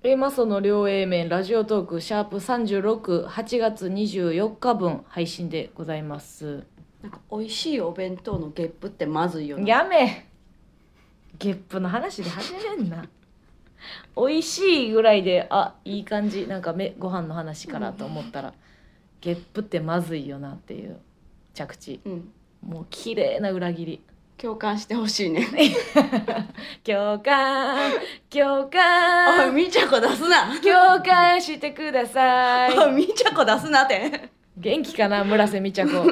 A マソの両 A 面ラジオトークシャープ36、8月24日分配信でございます。 なんか美味しいお弁当のゲップってまずいよな。 やめ、ゲップの話で始めんな。美味しいぐらいで、あ、いい感じ、なんかご飯の話からと思ったら、ゲップってまずいよなっていう着地、もう綺麗な裏切り。 共感してほしいね。 共感共感、 おいみちゃこ出すな。 共感してください。 おいみちゃこ出すなって。 元気かな村瀬美智子。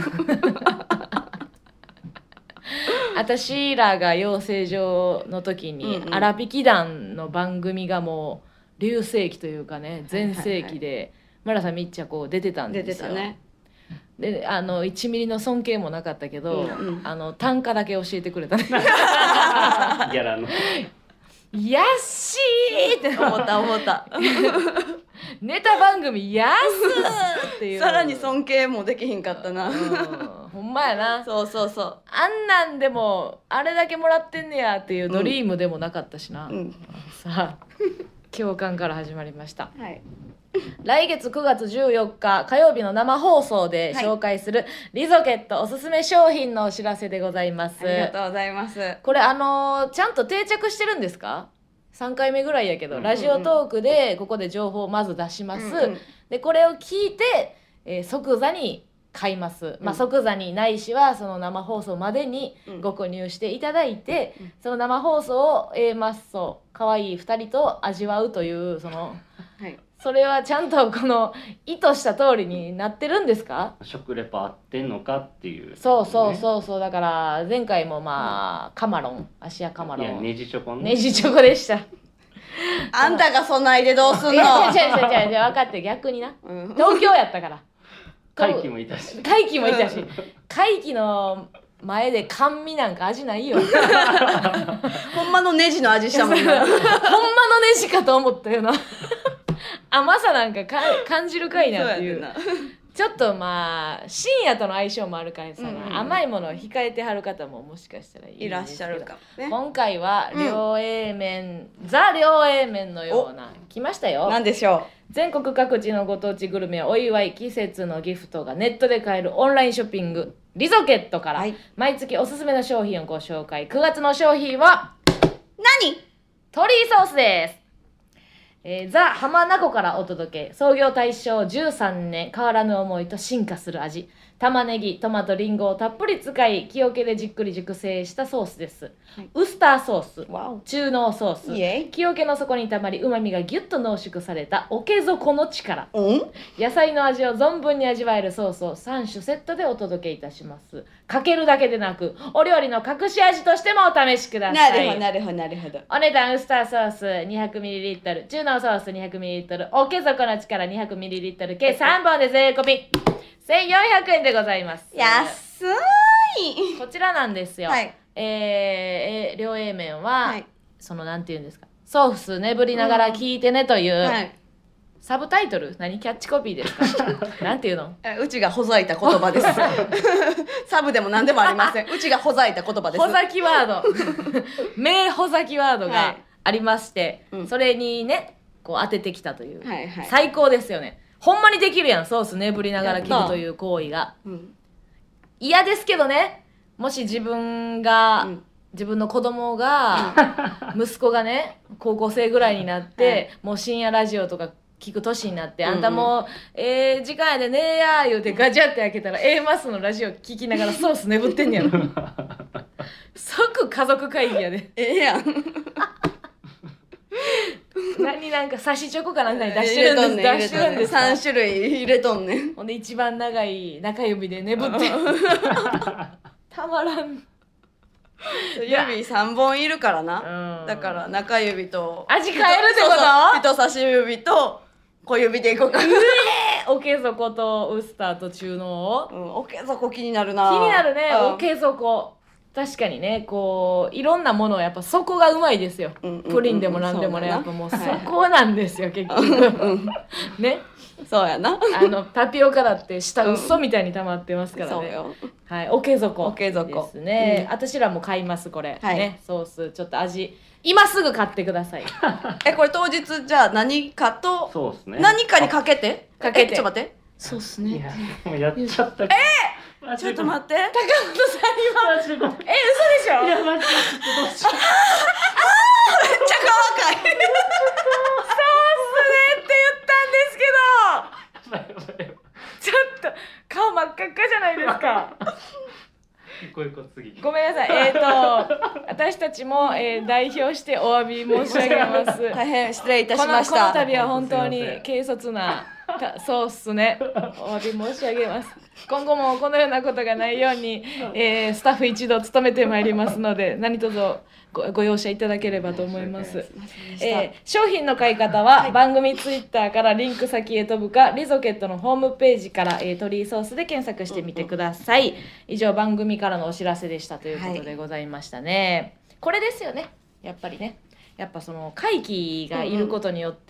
私らが養成所の時に、荒引き団の番組がもう隆盛期というかね、全盛期で村瀬美智子出てたんですよ。 出てたね。 で1ミリの尊敬もなかったけど、単価だけ教えてくれたね。 ギャラのやっしーって思ったネタ番組やすっていう。 さらに尊敬もできひんかったな。 ほんまやな。 そうそうそう。 あんなんでもあれだけもらってんねやっていうドリームでもなかったしな、さあ共感から始まりました、 はい、 来月9月14日火曜日の生放送で紹介するリゾケットおすすめ商品のお知らせでございます。 ありがとうございます。 これちゃんと定着してるんですか？3回目ぐらいやけど、ラジオトークでここで情報をまず出します、でこれを聞いて、即座に買います、即座にないしはその生放送までにご購入していただいて、その生放送を A マッソかわいい2人と味わうというそれはちゃんとこの意図した通りになってるんですか？ 食レポ合ってんのかっていう、ね、 そうだから前回もカマロン、芦屋カマロン、 いやネジチョコね、 ネジチョコでした。 あんたがそないでどうすんの？ 違う分かって、逆にな、東京やったから怪奇もいたし怪奇の前で甘味なんか味ないよ。 ほんまのネジの味したもんな。 ほんまのネジかと思ったよな。甘さなんか感じるかいなっていう。ちょっと深夜との相性もあるからさ、甘いものを控えてはる方ももしかしたらいらっしゃるかもね。 今回は両 A 面、ザ両 A 面のような来ましたよ。 何でしょう？全国各地のご当地グルメやお祝い季節のギフトがネットで買えるオンラインショッピングリゾケットから、毎月おすすめの商品をご紹介。9月の商品は何？ トリーソースです。ザ・浜名湖からお届け。創業大正13年、変わらぬ思いと進化する味。玉ねぎ、トマト、リンゴをたっぷり使い、木桶でじっくり熟成したソースです。ウスターソース、中濃ソース、木桶の底にたまり、旨味がギュッと濃縮された桶底の力。野菜の味を存分に味わえるソースを3種セットでお届けいたします。かけるだけでなく、お料理の隠し味としてもお試しください。 なるほど。 お値段、ウスターソース 200ml、中濃ソース 200ml、桶底の力 200ml、計3本で税込み1400円でございます。 安い。 こちらなんですよ。両 A 面は、なんていうんですか、ソース眠りながら聞いてねという、サブタイトル、キャッチコピーですか？なんていうの？ うちがほざいた言葉です。サブでも何でもありません。うちがほざいた言葉です。 ほざきワード。名ほざきワードがありまして、それにね、こう当ててきたという。最高ですよね。ほんまにできるやん、ソース眠りながら切るという行為が。嫌ですけどね、もし自分の子供が、息子がね、高校生ぐらいになって、もう深夜ラジオとか聞く年になって、あんたもう、時間やでねえや言うてガチャって開けたら A マスのラジオ聞きながらソース眠ってんねやろ。即家族会議やで。 やん。 なんか差しチョコかなんかに出してるんです。 3種類入れとんねん。 ほんで一番長い中指で眠ってたまらん。 指3本いるからな。だから中指と味変えるってこと？ 人差し指と小指でいこうか。 桶底とウスターと中濃を、 桶底気になるな。 気になるね。桶底確かにね、こういろんなものはやっぱ底がうまいですよ。プリンでもなんでもね、やっぱもうそこなんですよ、結局。ね。 そうやな。 タピオカだって下嘘みたいに溜まってますからね。 そうよ。 はい、おけ底。 おけ底ですね。私らも買います、これ。 はいね、ソース、ちょっと味。今すぐ買ってください。 これ当日じゃあ何かと、 そうですね。 何かにかけてかけてちょっと待って。そうっすいね。 や、もうやっちゃった。 ちょっと待って。 高本さん今、 マジごめん。 嘘でしょ？ いや、マジでちょっとどうしよう。 めっちゃ細かい。 そうっすねって言ったんですけど、ちょっと顔真っ赤っかじゃないですか。 こういう子次。 ごめんなさい。私たちも、代表してお詫び申し上げます。 大変失礼いたしました。 この度は本当に軽率なそうっすね。お詫び申し上げます。今後もこのようなことがないように、スタッフ一同務めてまいりますので、何卒ご容赦いただければと思います。商品の買い方は、番組ツイッターからリンク先へ飛ぶか、リゾケットのホームページから、トリーソースで検索してみてください。以上、番組からのお知らせでしたということでございましたね。これですよね、やっぱりね。やっぱその会期がいることによって、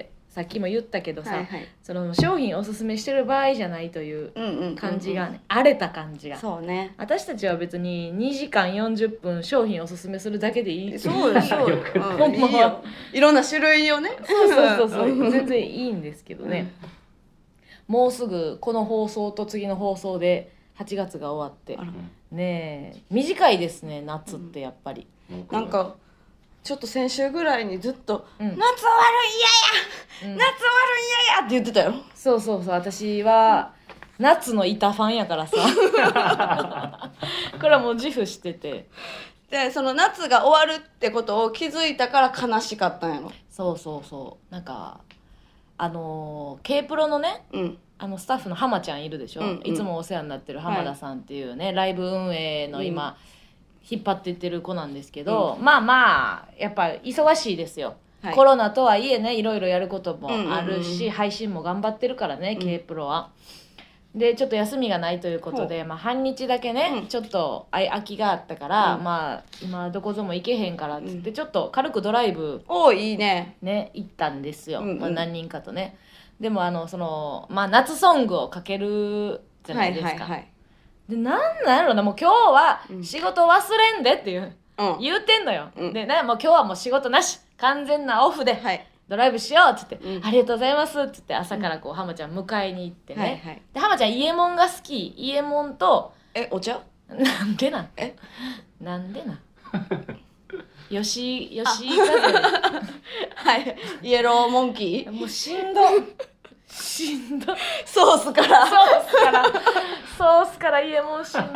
さっきも言ったけどさ、その商品おすすめしてる場合じゃないという感じがね、荒れた感じが。 そうね。 私たちは別に2時間40分商品おすすめするだけでいい。 そうよ、そうよ。いいよ。いろんな種類をね。 そう全然いいんですけどね。もうすぐこの放送と次の放送で8月が終わってねえ、短いですね、夏ってやっぱり。 なんかちょっと先週ぐらいにずっと「夏終わるん嫌や、夏終わるん嫌や」って言ってたよ。 そう私は夏の板ファンやからさこれはもう自負してて、 でその夏が終わるってことを気づいたから悲しかったんやろ。 そうなんかK プロのね、スタッフの浜ちゃんいるでしょ、いつもお世話になってる浜田さんっていうね、ライブ運営の今、引っ張っていってる子なんですけど、まあやっぱ忙しいですよ、コロナとはいえね、いろいろやることもあるし、配信も頑張ってるからね、K プロは。でちょっと休みがないということで、半日だけね、ちょっと空きがあったから、今どこぞも行けへんからっつって、ちょっと軽くドライブいいね行ったんですよ、何人かとね。でも夏ソングをかけるじゃないですか。でなんやろな、もう今日は仕事忘れんでっていう言うてんのよ。でもう今日はもう仕事なし、完全なオフでドライブしようっつって、ありがとうございますっつって朝からこう浜ちゃん迎えに行ってね。で浜ちゃん伊右衛門が好き。伊右衛門とお茶なんでなんなんでなん吉和はいイエローモンキーもうしんどソースから伊右衛門しんど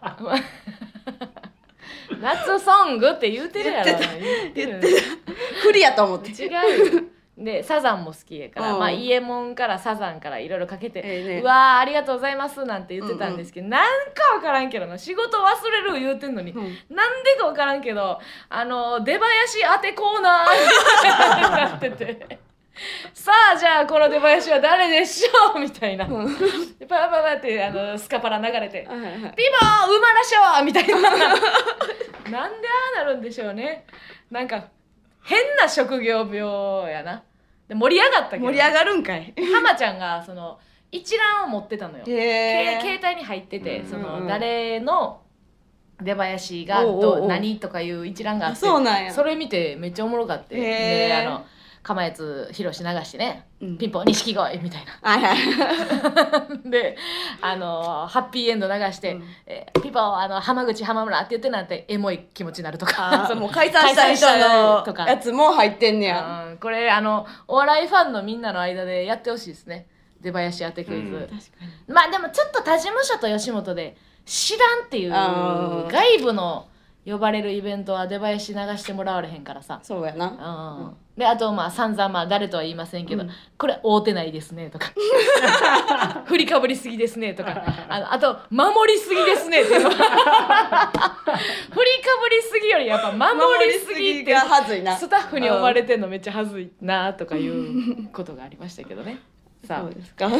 夏ソングって言うてるやろ。言ってる不利やと思って。 違うでサザンも好きやから、伊右衛門からサザンからいろいろかけて、うわーありがとうございますなんて言ってたんですけど、なんか分からんけどな、仕事忘れる言うてんのに、なんでか分からんけど出囃子当てコーナーになっててさあじゃあこの出囃子は誰でしょうみたいな、パパパってスカパラ流れて、ピボー馬らしょみたいななんでああなるんでしょうね。なんか変な職業病やな。で盛り上がったけど、 盛り上がるんかい。 浜ちゃんが一覧を持ってたのよ。携帯に入ってて、誰の出囃子が何とかいう一覧があって、それ見てめっちゃおもろかって。で釜やつひろし流してね、ピンポン錦鯉みたいなでハッピーエンド流して、ピンポン浜口浜村って言ってなんてエモい気持ちになるとか、 もう解散した人のやつも入ってんねや。 これお笑いファンのみんなの間でやってほしいですね、出囃子当てクイズ。まあでもちょっと他事務所と吉本で知らんっていう外部の呼ばれるイベントは出囃子流してもらわれへんからさ。 そうやな。 であと散々誰とは言いませんけど、これ合うてないですねとか振りかぶりすぎですねとかあと守りすぎですねっていう振りかぶりすぎよりやっぱ守りすぎってスタッフに思われてんのめっちゃはずいなとかいうことがありましたけどね。さあそうですか。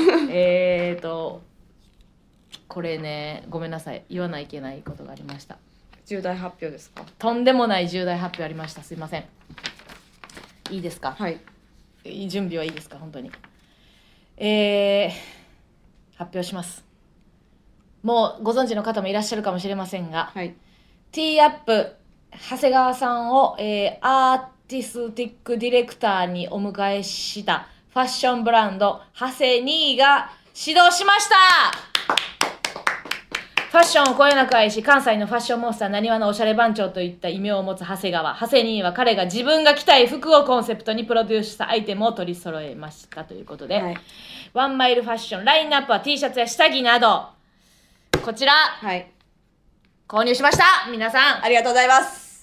これね、ごめんなさい、言わないといけないことがありました。 重大発表ですか？ とんでもない重大発表ありました。すいません。いいですか？ はい。 準備はいいですか？本当に。 発表します。もうご存知の方もいらっしゃるかもしれませんが、 はい、 ティーアップ長谷川さんを、アーティスティックディレクターにお迎えしたファッションブランド長谷2が始動しました。ファッションをこよなく愛し、関西のファッションモンスターなにわのおしゃれ番長といった異名を持つ長谷2は彼が自分が着たい服をコンセプトにプロデュースしたアイテムを取り揃えましたということで、はい、ワンマイルファッションラインナップは T シャツや下着などこちら、はい、購入しました。皆さんありがとうございます。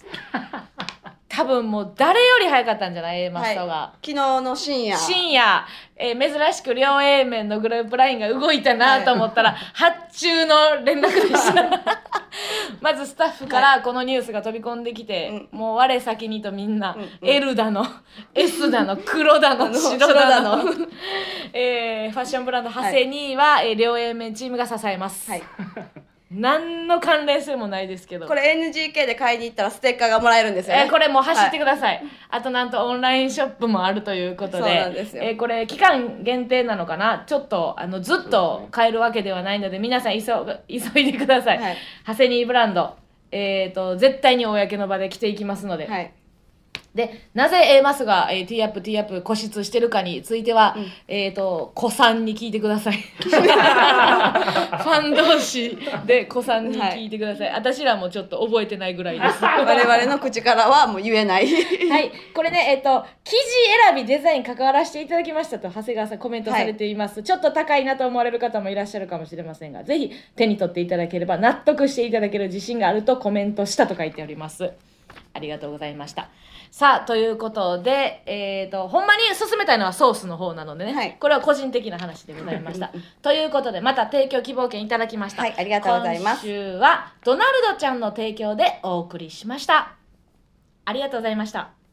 多分もう誰より早かったんじゃない？マストが、 昨日の深夜、 珍しく両 A 面のグループラインが動いたなと思ったら、発注の連絡でしたまずスタッフからこのニュースが飛び込んできて、もう我先にとみんな、L だの S だの黒だの白だのファッションブランド長谷2は、両 A 面チームが支えます、はい、何の関連性もないですけど、 これ NGK で買いに行ったらステッカーがもらえるんですよね。 これもう走ってください、はい、あとなんとオンラインショップもあるということで、 そうなんですよ。 これ期間限定なのかな、ちょっとずっと買えるわけではないので皆さん急いでください、はい、長谷2ブランド、絶対に公の場で着ていきますので、はい、でなぜ、マスが、ティーアップ固執してるかについては、子さんに聞いてくださいファン同士で子さんに聞いてください、はい、私らもちょっと覚えてないぐらいです我々の口からはもう言えないはいこれね生地選びデザイン関わらせていただきましたと長谷川さんコメントされています、はい、ちょっと高いなと思われる方もいらっしゃるかもしれませんが、ぜひ手に取っていただければ納得していただける自信があるとコメントしたと書いております。ありがとうございました。さあということで、ほんまに進めたいのはソースの方なのでね、はい、これは個人的な話でございましたということでまた提供希望券いただきました。 はい、ありがとうございます。 今週はドナルドちゃんの提供でお送りしました。ありがとうございました。